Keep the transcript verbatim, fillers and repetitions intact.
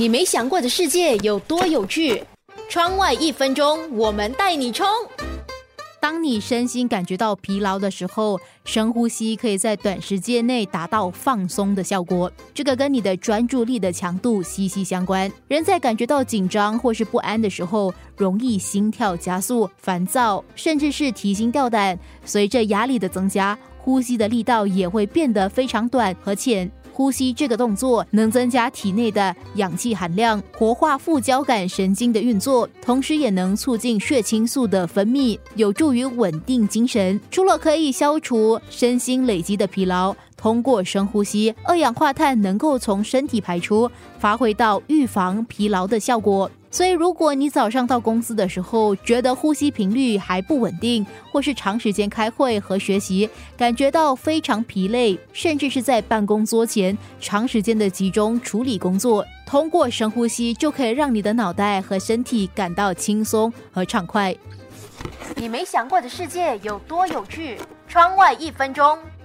你没想过的世界有多有趣？窗外一分钟，我们带你冲！ 当你身心感觉到疲劳的时候，深呼吸可以在短时间内达到放松的效果。这个跟你的专注力的强度息息相关。人在感觉到紧张或是不安的时候，容易心跳加速、烦躁，甚至是提心吊胆。随着压力的增加，呼吸的力道也会变得非常短和浅。呼吸这个动作能增加体内的氧气含量，活化副交感神经的运作，同时也能促进血清素的分泌，有助于稳定精神。除了可以消除身心累积的疲劳，通过深呼吸，二氧化碳能够从身体排出，发挥到预防疲劳的效果。所以如果你早上到公司的时候觉得呼吸频率还不稳定，或是长时间开会和学习感觉到非常疲累，甚至是在办公桌前长时间的集中处理工作，通过深呼吸就可以让你的脑袋和身体感到轻松和畅快。 你没想过的世界有多有趣？窗外一分钟，